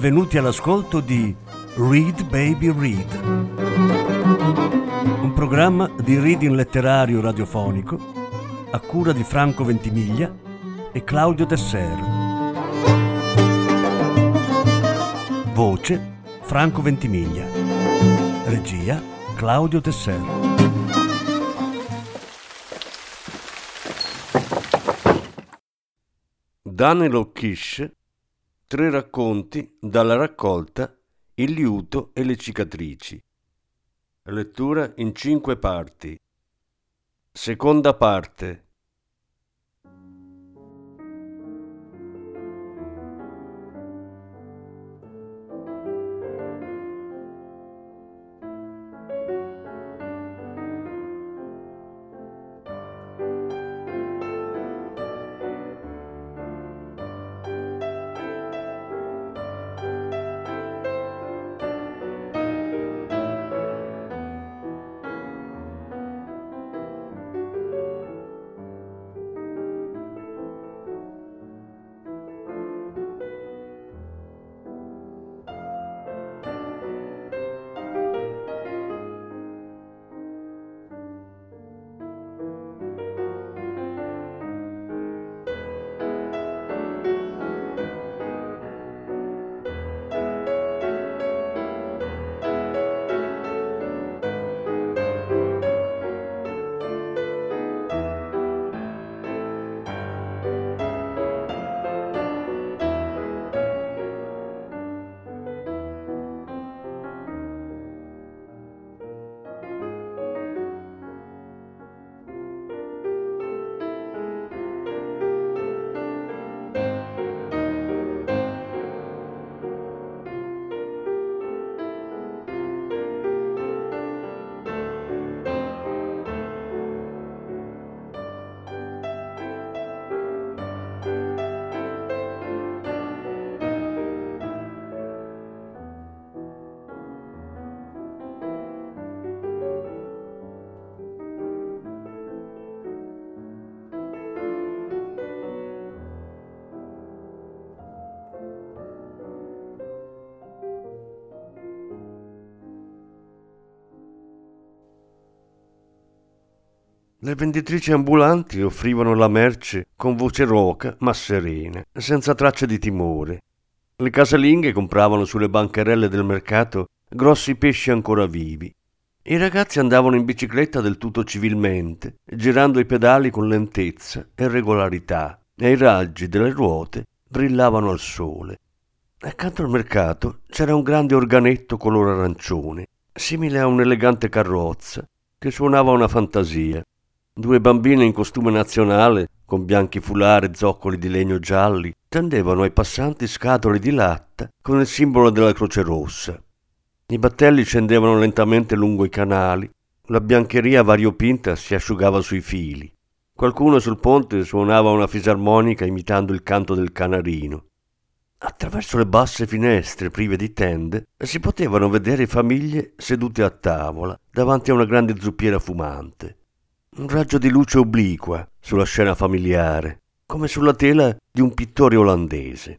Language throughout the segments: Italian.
Benvenuti all'ascolto di Read Baby Read, un programma di reading letterario radiofonico a cura di Franco Ventimiglia e Claudio Tesser. Voce Franco Ventimiglia. Regia Claudio Tesser. Danilo Kish, 3 racconti dalla raccolta Il liuto e le cicatrici. Lettura in 5 parti. Seconda parte. Le venditrici ambulanti offrivano la merce con voce roca ma serena, senza tracce di timore. Le casalinghe compravano sulle bancarelle del mercato grossi pesci ancora vivi. I ragazzi andavano in bicicletta del tutto civilmente, girando i pedali con lentezza e regolarità, e i raggi delle ruote brillavano al sole. Accanto al mercato c'era un grande organetto color arancione, simile a un'elegante carrozza, che suonava una fantasia. 2 bambine in costume nazionale, con bianchi foulard e zoccoli di legno gialli, tendevano ai passanti scatole di latta con il simbolo della Croce Rossa. I battelli scendevano lentamente lungo i canali, la biancheria variopinta si asciugava sui fili. Qualcuno sul ponte suonava una fisarmonica imitando il canto del canarino. Attraverso le basse finestre prive di tende si potevano vedere famiglie sedute a tavola davanti a una grande zuppiera fumante. Un raggio di luce obliqua sulla scena familiare, come sulla tela di un pittore olandese.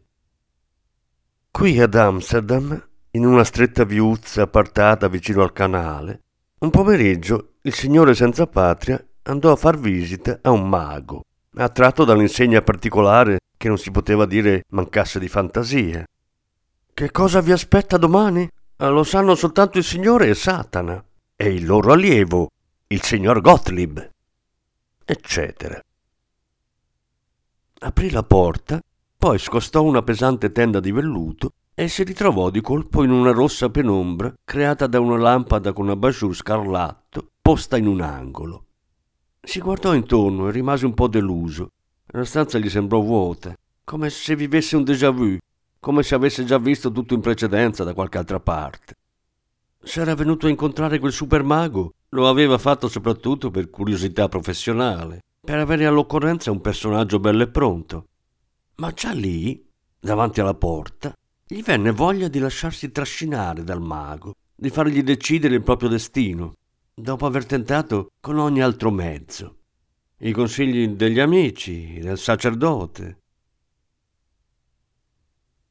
Qui ad Amsterdam, in una stretta viuzza appartata vicino al canale, un pomeriggio il signore senza patria andò a far visita a un mago, attratto dall'insegna particolare che non si poteva dire mancasse di fantasia. «Che cosa vi aspetta domani? Lo sanno soltanto il signore e Satana, e il loro allievo, il signor Gottlieb», eccetera. Aprì la porta, poi scostò una pesante tenda di velluto e si ritrovò di colpo in una rossa penombra creata da una lampada con abajur scarlatto posta in un angolo. Si guardò intorno e rimase un po' deluso. La stanza gli sembrò vuota, come se vivesse un déjà vu, come se avesse già visto tutto in precedenza da qualche altra parte. Se era venuto a incontrare quel supermago, lo aveva fatto soprattutto per curiosità professionale, per avere all'occorrenza un personaggio bello e pronto. Ma già lì, davanti alla porta, gli venne voglia di lasciarsi trascinare dal mago, di fargli decidere il proprio destino, dopo aver tentato con ogni altro mezzo. I consigli degli amici, del sacerdote.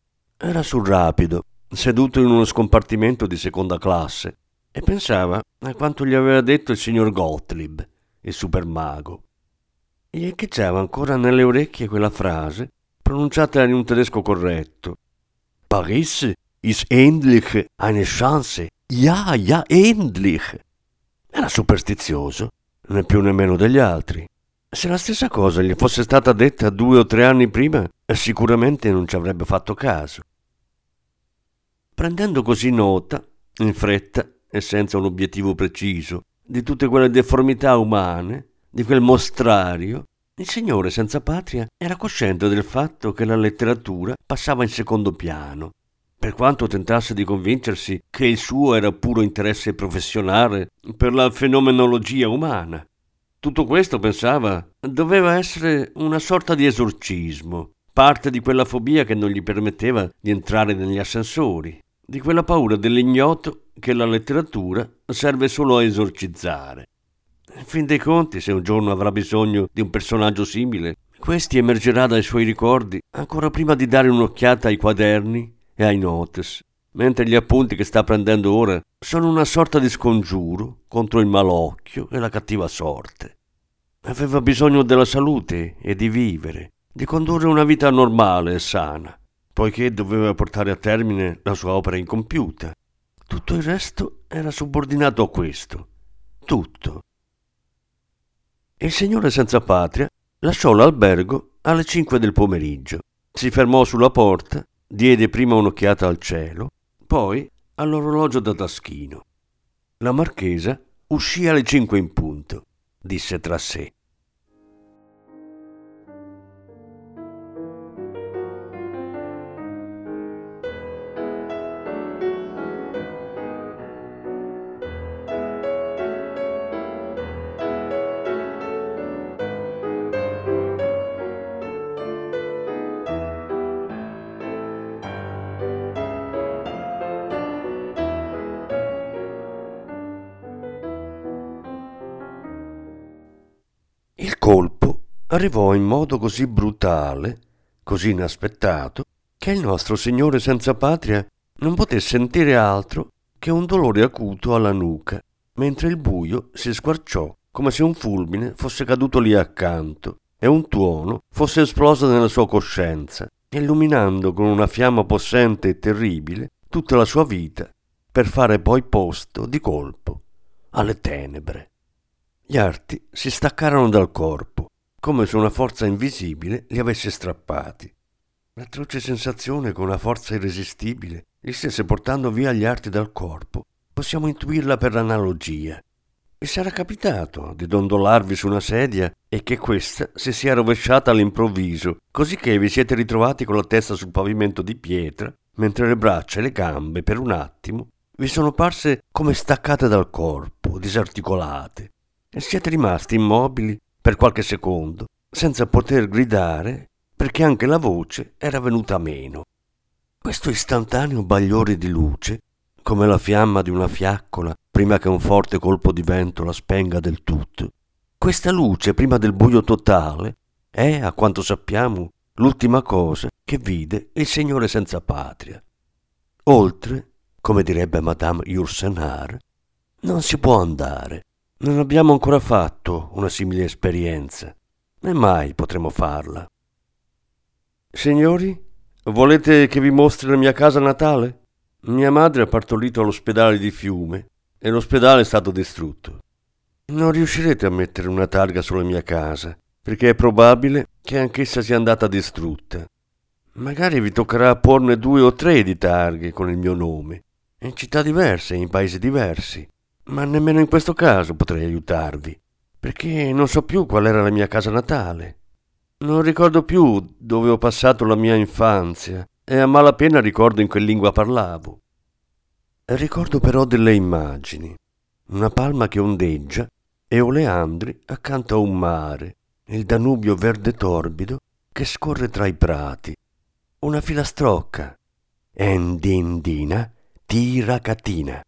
Era sul rapido, seduto in uno scompartimento di seconda classe, e pensava a quanto gli aveva detto il signor Gottlieb, il supermago. Gli echeggiava ancora nelle orecchie quella frase, pronunciata in un tedesco corretto. Paris ist endlich eine Chance. Ja, ja, endlich. Era superstizioso, né più né meno degli altri. Se la stessa cosa gli fosse stata detta 2 o 3 anni prima, sicuramente non ci avrebbe fatto caso. Prendendo così nota, in fretta e senza un obiettivo preciso, di tutte quelle deformità umane, di quel mostrario, il signore senza patria era cosciente del fatto che la letteratura passava in secondo piano, per quanto tentasse di convincersi che il suo era puro interesse professionale per la fenomenologia umana. Tutto questo, pensava, doveva essere una sorta di esorcismo, parte di quella fobia che non gli permetteva di entrare negli ascensori, di quella paura dell'ignoto che la letteratura serve solo a esorcizzare. In fin dei conti, se un giorno avrà bisogno di un personaggio simile, questi emergerà dai suoi ricordi ancora prima di dare un'occhiata ai quaderni e ai notes, mentre gli appunti che sta prendendo ora sono una sorta di scongiuro contro il malocchio e la cattiva sorte. Aveva bisogno della salute e di vivere, di condurre una vita normale e sana, poiché doveva portare a termine la sua opera incompiuta. Tutto il resto era subordinato a questo. Tutto. Il signore senza patria lasciò l'albergo alle 5 del pomeriggio. Si fermò sulla porta, diede prima un'occhiata al cielo, poi all'orologio da taschino. La marchesa uscì alle 5 in punto, disse tra sé. Il colpo arrivò in modo così brutale, così inaspettato, che il nostro signore senza patria non poté sentire altro che un dolore acuto alla nuca, mentre il buio si squarciò come se un fulmine fosse caduto lì accanto e un tuono fosse esploso nella sua coscienza, illuminando con una fiamma possente e terribile tutta la sua vita, per fare poi posto, di colpo, alle tenebre. Gli arti si staccarono dal corpo, come se una forza invisibile li avesse strappati. L'atroce sensazione che una forza irresistibile gli stesse portando via gli arti dal corpo, possiamo intuirla per l'analogia. Vi sarà capitato di dondolarvi su una sedia e che questa si sia rovesciata all'improvviso, così che vi siete ritrovati con la testa sul pavimento di pietra, mentre le braccia e le gambe, per un attimo, vi sono parse come staccate dal corpo, disarticolate, e siete rimasti immobili per qualche secondo, senza poter gridare, perché anche la voce era venuta meno. Questo istantaneo bagliore di luce, come la fiamma di una fiaccola prima che un forte colpo di vento la spenga del tutto, questa luce prima del buio totale è, a quanto sappiamo, l'ultima cosa che vide il signore senza patria. Oltre, come direbbe Madame Yourcenar, non si può andare. Non abbiamo ancora fatto una simile esperienza, né mai potremo farla. Signori, volete che vi mostri la mia casa natale? Mia madre ha partorito all'ospedale di Fiume e l'ospedale è stato distrutto. Non riuscirete a mettere una targa sulla mia casa, perché è probabile che anch'essa sia andata distrutta. Magari vi toccherà porne 2 o 3 di targhe con il mio nome, in città diverse e in paesi diversi. Ma nemmeno in questo caso potrei aiutarvi, perché non so più qual era la mia casa natale. Non ricordo più dove ho passato la mia infanzia e a malapena ricordo in che lingua parlavo. Ricordo però delle immagini, una palma che ondeggia e oleandri accanto a un mare, il Danubio verde torbido che scorre tra i prati, una filastrocca, endindina, tiracatina.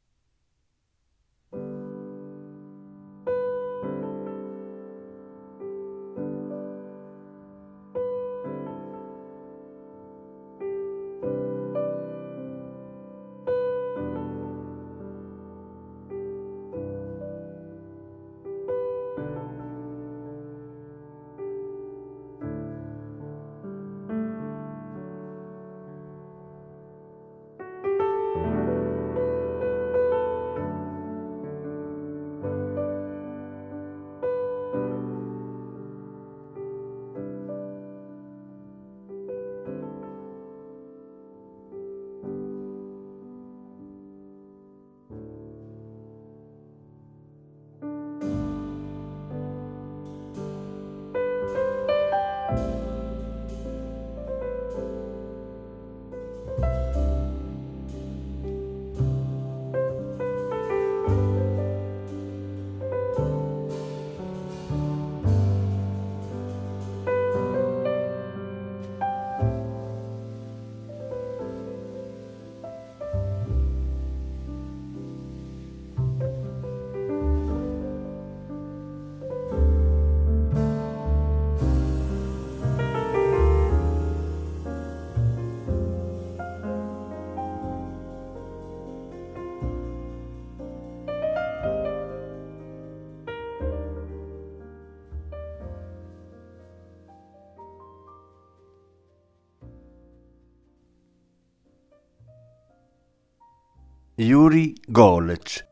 Yuri Golec.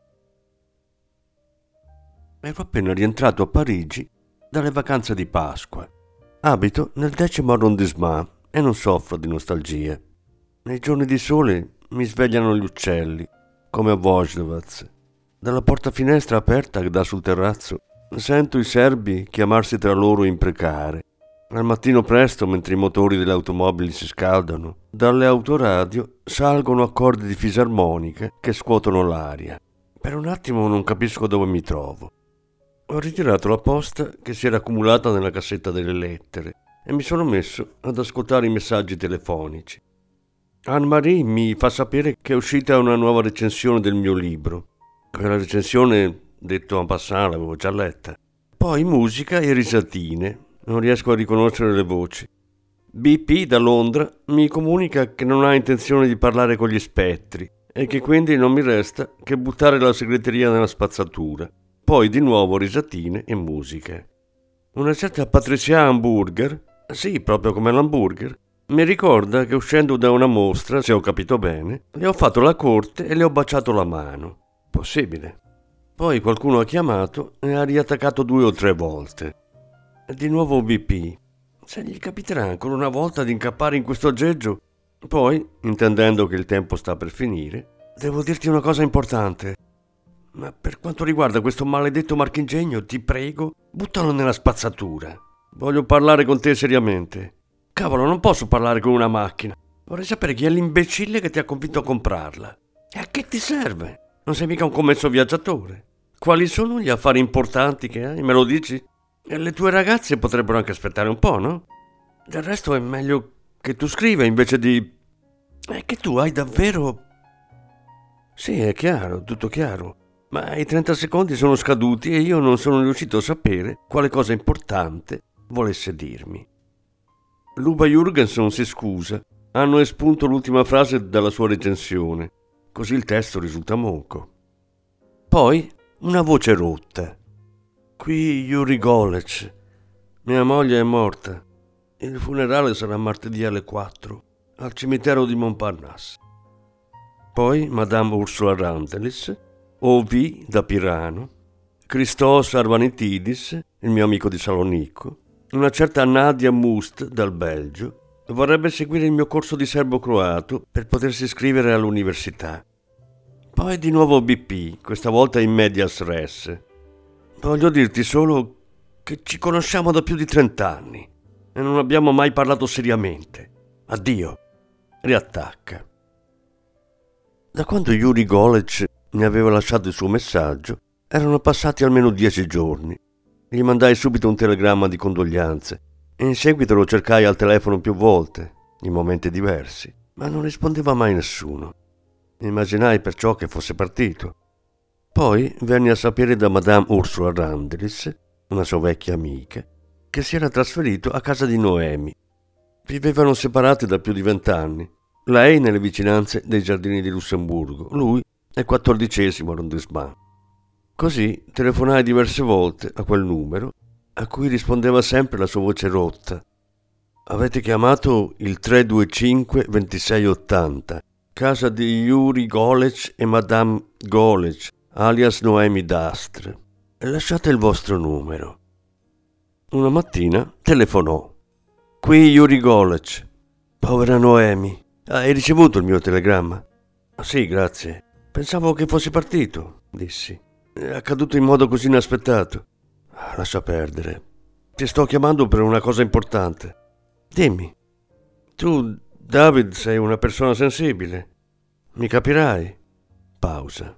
Ero appena rientrato a Parigi dalle vacanze di Pasqua. Abito nel 10° arrondissement e non soffro di nostalgie. Nei giorni di sole mi svegliano gli uccelli, come a Voždovac. Dalla porta finestra aperta che dà sul terrazzo sento i serbi chiamarsi tra loro e imprecare. Al mattino presto, mentre i motori delle automobili si scaldano, dalle autoradio salgono accordi di fisarmonica che scuotono l'aria. Per un attimo non capisco dove mi trovo. Ho ritirato la posta che si era accumulata nella cassetta delle lettere e mi sono messo ad ascoltare i messaggi telefonici. Anne-Marie mi fa sapere che è uscita una nuova recensione del mio libro. Quella recensione, detto en passant, l'avevo già letta. Poi musica e risatine. Non riesco a riconoscere le voci. BP da Londra mi comunica che non ha intenzione di parlare con gli spettri e che quindi non mi resta che buttare la segreteria nella spazzatura. Poi di nuovo risatine e musica. Una certa Patricia Hamburger, sì, proprio come l'hamburger, mi ricorda che uscendo da una mostra, se ho capito bene, le ho fatto la corte e le ho baciato la mano. Possibile. Poi qualcuno ha chiamato e ha riattaccato 2 o 3 volte. E di nuovo BP. Se gli capiterà ancora una volta di incappare in questo aggeggio, poi, intendendo che il tempo sta per finire, devo dirti una cosa importante. Ma per quanto riguarda questo maledetto marchingegno, ti prego, buttalo nella spazzatura. Voglio parlare con te seriamente. Cavolo, non posso parlare con una macchina. Vorrei sapere chi è l'imbecille che ti ha convinto a comprarla. E a che ti serve? Non sei mica un commesso viaggiatore. Quali sono gli affari importanti che hai? Me lo dici? E le tue ragazze potrebbero anche aspettare un po', no? Del resto è meglio che tu scriva invece di... È che tu hai davvero... Sì, è chiaro, tutto chiaro. Ma i 30 secondi sono scaduti e io non sono riuscito a sapere quale cosa importante volesse dirmi. Luba Jurgenson si scusa. Hanno espunto l'ultima frase dalla sua recensione. Così il testo risulta monco. Poi una voce rotta. Qui Yuri Golec. Mia moglie è morta. Il funerale sarà martedì alle 4 al cimitero di Montparnasse. Poi Madame Ursula Randelis, O.V. da Pirano, Christos Arvanitidis, il mio amico di Salonicco, una certa Nadia Must dal Belgio, vorrebbe seguire il mio corso di serbo-croato per potersi iscrivere all'università. Poi di nuovo BP, questa volta in medias res. Voglio dirti solo che ci conosciamo da più di 30 anni e non abbiamo mai parlato seriamente. Addio. Riattacca. Da quando Yuri Golec mi aveva lasciato il suo messaggio, erano passati almeno 10 giorni. Gli mandai subito un telegramma di condoglianze e in seguito lo cercai al telefono più volte, in momenti diversi, ma non rispondeva mai nessuno. Immaginai perciò che fosse partito. Poi venni a sapere da Madame Ursula Randelis, una sua vecchia amica, che si era trasferito a casa di Noemi. Vivevano separati da più di 20 anni. Lei nelle vicinanze dei giardini di Lussemburgo, lui nel 14° arrondissement. Così telefonai diverse volte a quel numero, a cui rispondeva sempre la sua voce rotta. Avete chiamato il 325 2680, casa di Yuri Golec e Madame Golec, alias Noemi Dastre. E lasciate il vostro numero. Una mattina telefonò. Qui Yuri Golec. Povera Noemi. Hai ricevuto il mio telegramma? Sì, grazie. Pensavo che fossi partito, dissi. È accaduto in modo così inaspettato. Lascia perdere. Ti sto chiamando per una cosa importante. Dimmi. Tu, David, sei una persona sensibile. Mi capirai? Pausa.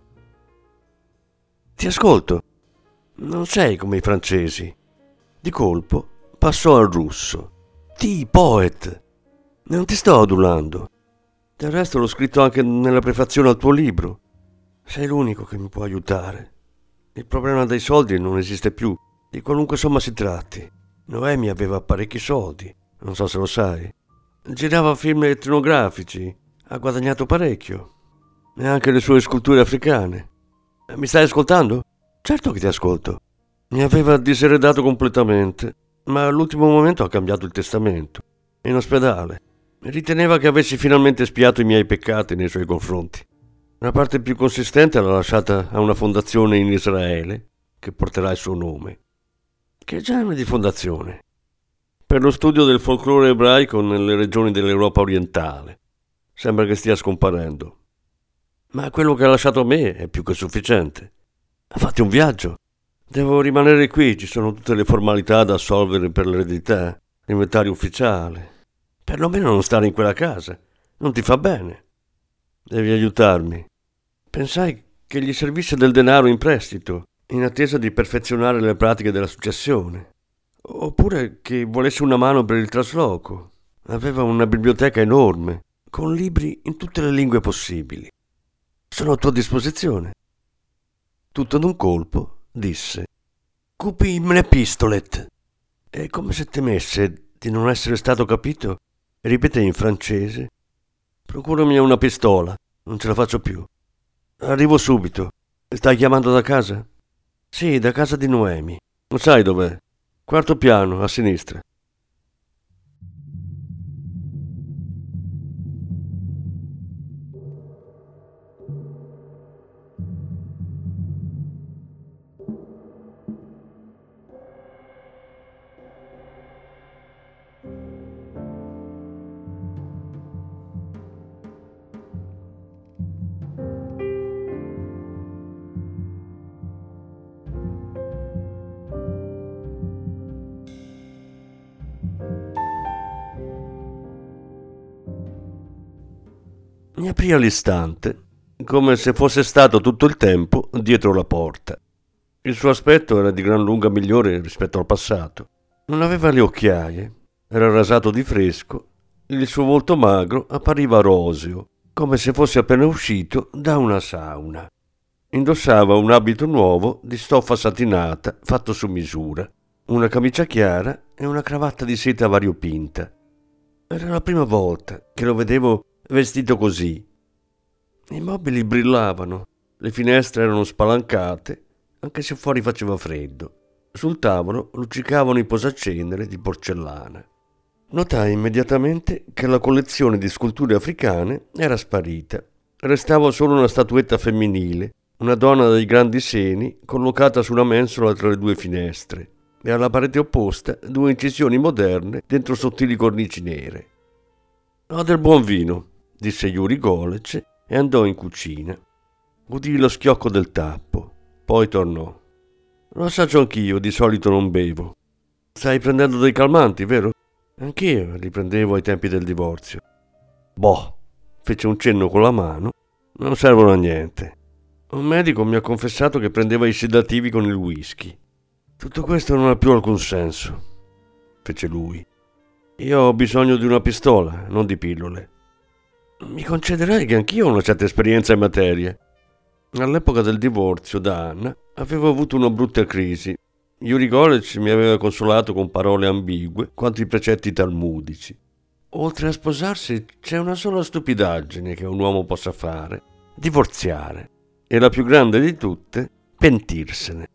Ti ascolto. Non sei come i francesi. Di colpo passò al russo. Ti, poet. Non ti sto adulando. Del resto l'ho scritto anche nella prefazione al tuo libro. Sei l'unico che mi può aiutare. Il problema dei soldi non esiste più, di qualunque somma si tratti. Noemi aveva parecchi soldi, non so se lo sai. Girava film etnografici, ha guadagnato parecchio. E anche le sue sculture africane. Mi stai ascoltando? Certo che ti ascolto. Mi aveva diseredato completamente, ma all'ultimo momento ha cambiato il testamento. In ospedale. Riteneva che avessi finalmente spiato i miei peccati nei suoi confronti. La parte più consistente l'ha lasciata a una fondazione in Israele che porterà il suo nome. Che genere di fondazione? Per lo studio del folklore ebraico nelle regioni dell'Europa orientale. Sembra che stia scomparendo. Ma quello che ha lasciato a me è più che sufficiente. Fate un viaggio. Devo rimanere qui, ci sono tutte le formalità da assolvere per l'eredità, l'inventario ufficiale. Perlomeno non stare in quella casa. Non ti fa bene. Devi aiutarmi. Pensai che gli servisse del denaro in prestito, in attesa di perfezionare le pratiche della successione. Oppure che volesse una mano per il trasloco. Aveva una biblioteca enorme, con libri in tutte le lingue possibili. Sono a tua disposizione. Tutto d'un colpo disse: Cupi me pistolet. E come se temesse di non essere stato capito, ripeté in francese: Procurami una pistola, non ce la faccio più. Arrivo subito. Stai chiamando da casa? Sì, da casa di Noemi. Non sai dov'è? Quarto piano, a sinistra. Mi aprì all'istante, come se fosse stato tutto il tempo dietro la porta. Il suo aspetto era di gran lunga migliore rispetto al passato. Non aveva le occhiaie, era rasato di fresco, il suo volto magro appariva roseo, come se fosse appena uscito da una sauna. Indossava un abito nuovo di stoffa satinata fatto su misura, una camicia chiara e una cravatta di seta variopinta. Era la prima volta che lo vedevo vestito così. I mobili brillavano, le finestre erano spalancate, anche se fuori faceva freddo. Sul tavolo luccicavano i posacenere di porcellana. Notai immediatamente che la collezione di sculture africane era sparita. Restava solo una statuetta femminile, una donna dai grandi seni, collocata su una mensola tra le due finestre, e alla parete opposta 2 incisioni moderne dentro sottili cornici nere. «Ho del buon vino», disse Yuri Golec e andò in cucina. Udì lo schiocco del tappo, poi tornò. «Lo assaggio anch'io, di solito non bevo». «Stai prendendo dei calmanti, vero?» «Anch'io li prendevo ai tempi del divorzio». «Boh», fece un cenno con la mano, «non servono a niente. Un medico mi ha confessato che prendeva i sedativi con il whisky». «Tutto questo non ha più alcun senso», fece lui. «Io ho bisogno di una pistola, non di pillole». «Mi concederai che anch'io ho una certa esperienza in materia». All'epoca del divorzio da Anna avevo avuto una brutta crisi. Yuri Golec mi aveva consolato con parole ambigue quanto i precetti talmudici. Oltre a sposarsi c'è una sola stupidaggine che un uomo possa fare: divorziare. E la più grande di tutte, pentirsene.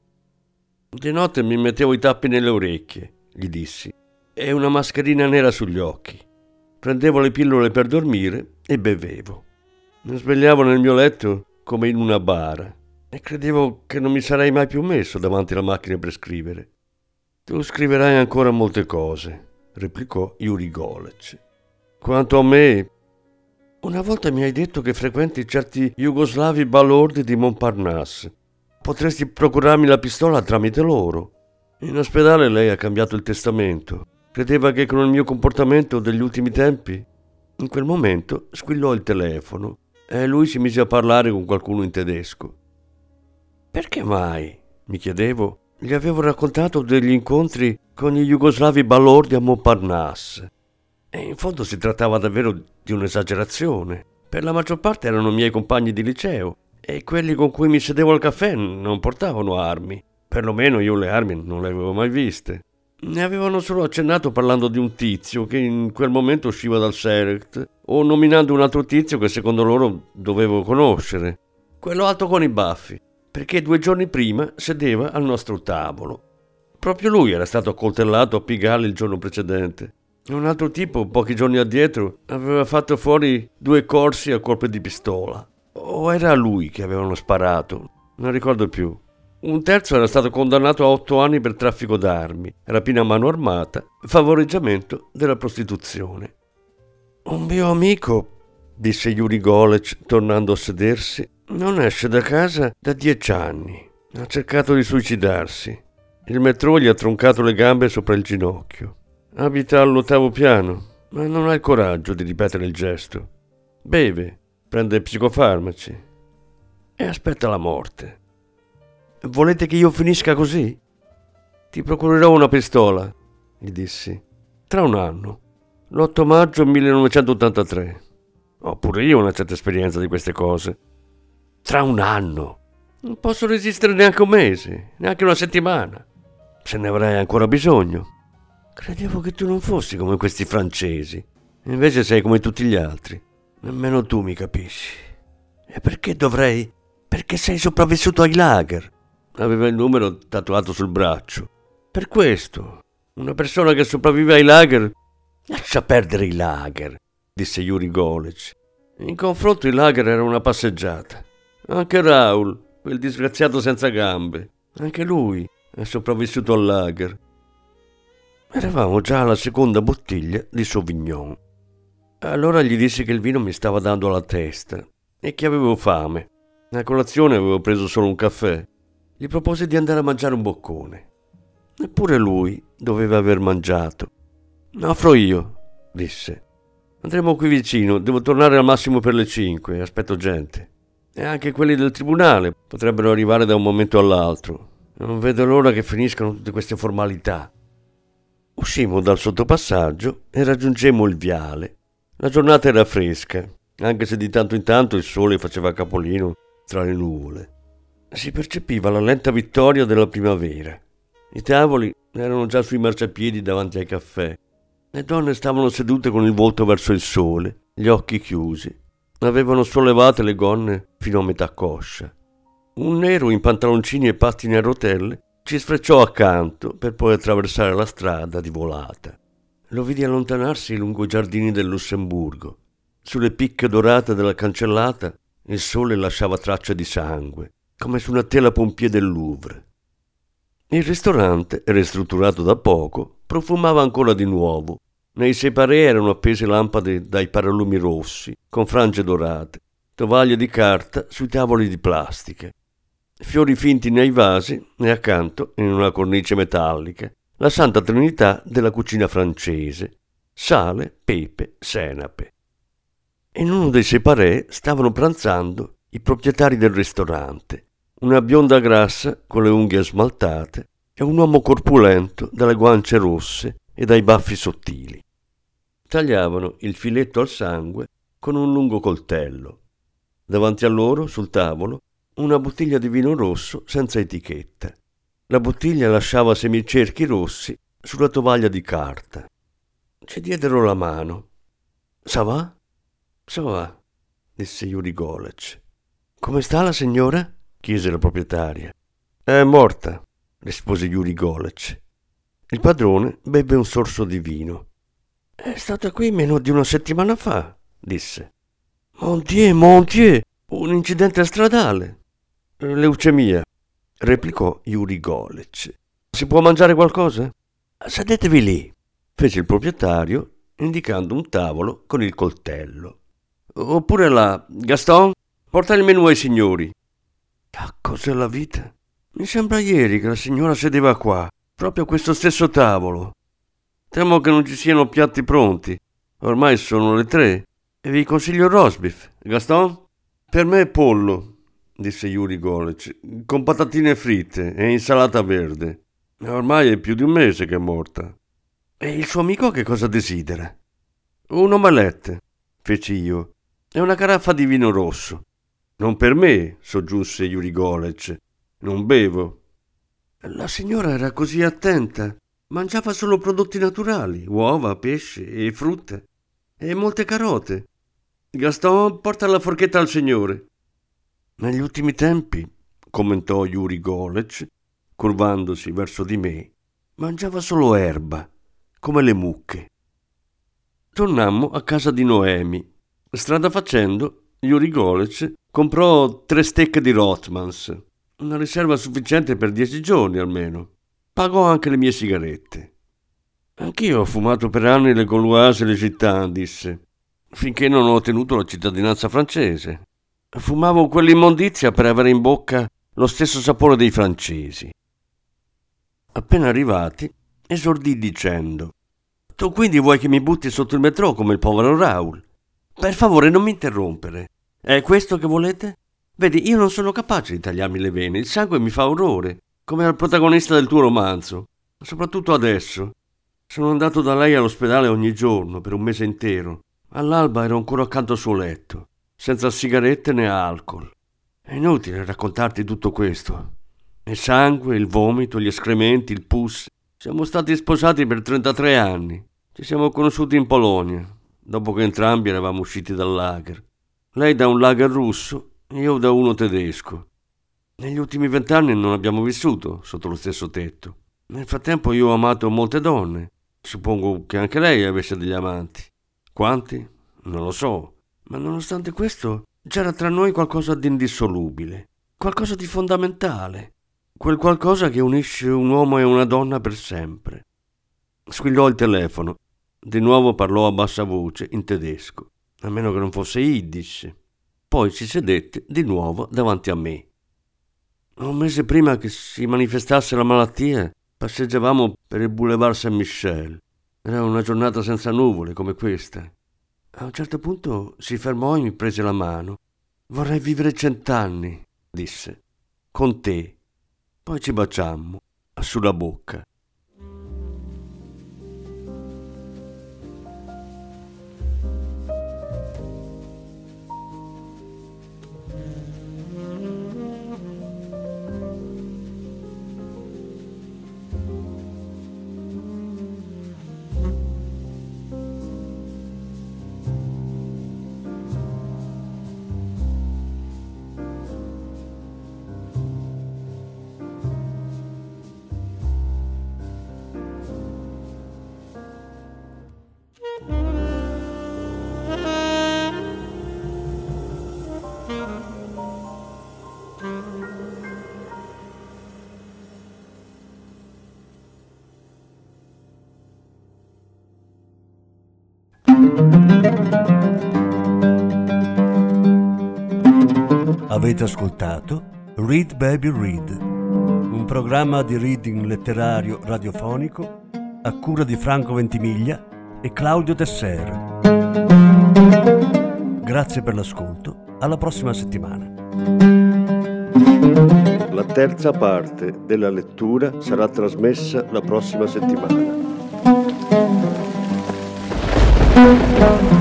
Di notte mi mettevo i tappi nelle orecchie, gli dissi, e una mascherina nera sugli occhi. Prendevo le pillole per dormire e bevevo. Mi svegliavo nel mio letto come in una bara e credevo che non mi sarei mai più messo davanti alla macchina per scrivere. «Tu scriverai ancora molte cose», replicò Yuri Golec. «Quanto a me, una volta mi hai detto che frequenti certi jugoslavi balordi di Montparnasse. Potresti procurarmi la pistola tramite loro». In ospedale lei ha cambiato il testamento. Credeva che con il mio comportamento degli ultimi tempi. In quel momento squillò il telefono e lui si mise a parlare con qualcuno in tedesco. «Perché mai?» mi chiedevo. Gli avevo raccontato degli incontri con gli jugoslavi balordi a Montparnasse. E in fondo si trattava davvero di un'esagerazione. Per la maggior parte erano miei compagni di liceo e quelli con cui mi sedevo al caffè non portavano armi. Perlomeno io le armi non le avevo mai viste. Ne avevano solo accennato parlando di un tizio che in quel momento usciva dal Select o nominando un altro tizio che secondo loro dovevo conoscere. Quello alto con i baffi, perché 2 giorni prima sedeva al nostro tavolo. Proprio lui era stato accoltellato a Pigalle il giorno precedente. Un altro tipo, pochi giorni addietro, aveva fatto fuori 2 corsi a colpi di pistola. O era a lui che avevano sparato, non ricordo più. Un terzo era stato condannato a 8 anni per traffico d'armi, rapina a mano armata, favoreggiamento della prostituzione. Un mio amico, disse Yuri Golec, tornando a sedersi, non esce da casa da 10 anni. Ha cercato di suicidarsi. Il metrò gli ha troncato le gambe sopra il ginocchio. Abita all'8° piano, ma non ha il coraggio di ripetere il gesto. Beve, prende psicofarmaci e aspetta la morte. Volete che io finisca così? Ti procurerò una pistola, gli dissi. Tra un anno, l'8 maggio 1983. Ho pure io una certa esperienza di queste cose. Tra un anno. Non posso resistere neanche un mese, neanche una settimana. Se ne avrai ancora bisogno. Credevo che tu non fossi come questi francesi. Invece sei come tutti gli altri. Nemmeno tu mi capisci. E perché dovrei? Perché sei sopravvissuto ai lager. Aveva il numero tatuato sul braccio. Per questo, una persona che sopravvive ai lager... Lascia perdere i lager, disse Yuri Golec. In confronto i lager era una passeggiata. Anche Raoul, quel disgraziato senza gambe, anche lui è sopravvissuto al lager. Eravamo già alla seconda bottiglia di Sauvignon. Allora gli dissi che il vino mi stava dando alla testa e che avevo fame. A colazione avevo preso solo un caffè. Gli proposi di andare a mangiare un boccone. Eppure lui doveva aver mangiato. Offro io, disse. Andremo qui vicino, devo tornare al massimo per le 5, aspetto gente. E anche quelli del tribunale potrebbero arrivare da un momento all'altro. Non vedo l'ora che finiscano tutte queste formalità. Uscimmo dal sottopassaggio e raggiungemmo il viale. La giornata era fresca, anche se di tanto in tanto il sole faceva capolino tra le nuvole. Si percepiva la lenta vittoria della primavera. I tavoli erano già sui marciapiedi davanti ai caffè. Le donne stavano sedute con il volto verso il sole, gli occhi chiusi. Avevano sollevate le gonne fino a metà coscia. Un nero in pantaloncini e pattini a rotelle ci sfrecciò accanto per poi attraversare la strada di volata. Lo vidi allontanarsi lungo i giardini del Lussemburgo. Sulle picche dorate della cancellata il sole lasciava tracce di sangue, come su una tela pompier del Louvre. Il ristorante, ristrutturato da poco, profumava ancora di nuovo. Nei separé erano appese lampade dai paralumi rossi, con frange dorate, tovaglie di carta sui tavoli di plastica, fiori finti nei vasi e accanto, in una cornice metallica, la Santa Trinità della cucina francese, sale, pepe, senape. In uno dei separé stavano pranzando i proprietari del ristorante, una bionda grassa con le unghie smaltate e un uomo corpulento dalle guance rosse e dai baffi sottili. Tagliavano il filetto al sangue con un lungo coltello. Davanti a loro, sul tavolo, una bottiglia di vino rosso senza etichetta. La bottiglia lasciava semicerchi rossi sulla tovaglia di carta. Ci diedero la mano. «Ça va?» «Ça va», disse Yuri Golec. «Come sta la signora?» chiese la proprietaria. «È morta», rispose Yuri Golec. Il padrone bevve un sorso di vino. «È stata qui meno di una settimana fa», disse. Mon Dieu, un incidente stradale». «Leucemia», replicò Yuri Golec. «Si può mangiare qualcosa?» «Sedetevi lì», fece il proprietario, indicando un tavolo con il coltello. «Oppure là, Gaston, porta il menù ai signori». «Ah, cos'è la vita? Mi sembra ieri che la signora sedeva qua, proprio a questo stesso tavolo. Temo che non ci siano piatti pronti. Ormai sono le 3 e vi consiglio il rosbif. Gaston?» «Per me pollo», disse Yuri Golec, «con patatine fritte e insalata verde. Ormai è più di un mese che è morta». «E il suo amico che cosa desidera?» «Un omelette», feci io, «e una caraffa di vino rosso». «Non per me», soggiunse Yuri Golec, «non bevo». «La signora era così attenta. Mangiava solo prodotti naturali, uova, pesce e frutta, e molte carote. Gaston, porta la forchetta al signore». «Negli ultimi tempi», commentò Yuri Golec, curvandosi verso di me, «mangiava solo erba, come le mucche». Tornammo a casa di Noemi. Strada facendo, Yuri Golec Comprò 3 stecche di Rothmans, una riserva sufficiente per 10 giorni almeno. Pagò anche le mie sigarette. Anch'io ho fumato per anni le Gauloises e le Gitanes, disse, finché non ho ottenuto la cittadinanza francese. Fumavo quell'immondizia per avere in bocca lo stesso sapore dei francesi. Appena arrivati, esordì dicendo: «Tu quindi vuoi che mi butti sotto il metro come il povero Raoul? Per favore, non mi interrompere. È questo che volete? Vedi, io non sono capace di tagliarmi le vene, il sangue mi fa orrore, come al protagonista del tuo romanzo, soprattutto adesso. Sono andato da lei all'ospedale ogni giorno per un mese intero. All'alba ero ancora accanto al suo letto, senza sigarette né alcol. È inutile raccontarti tutto questo. Il sangue, il vomito, gli escrementi, il pus. Siamo stati sposati per 33 anni. Ci siamo conosciuti in Polonia, dopo che entrambi eravamo usciti dal lager. Lei da un lager russo, io da uno tedesco. Negli ultimi 20 anni non abbiamo vissuto sotto lo stesso tetto. Nel frattempo io ho amato molte donne. Suppongo che anche lei avesse degli amanti. Quanti? Non lo so. Ma nonostante questo, c'era tra noi qualcosa di indissolubile, qualcosa di fondamentale, quel qualcosa che unisce un uomo e una donna per sempre. Squillò il telefono. Di nuovo parlò a bassa voce, in tedesco, a meno che non fosse Yiddish. Poi si sedette di nuovo davanti a me. Un mese prima che si manifestasse la malattia, passeggiavamo per il Boulevard Saint-Michel. Era una giornata senza nuvole come questa. A un certo punto si fermò e mi prese la mano. «Vorrei vivere 100 anni», disse, «con te». Poi ci baciammo, sulla bocca. Avete ascoltato Read Baby Read, un programma di reading letterario radiofonico a cura di Franco Ventimiglia e Claudio Tesser. Grazie per l'ascolto, alla prossima settimana. La terza parte della lettura sarà trasmessa la prossima settimana.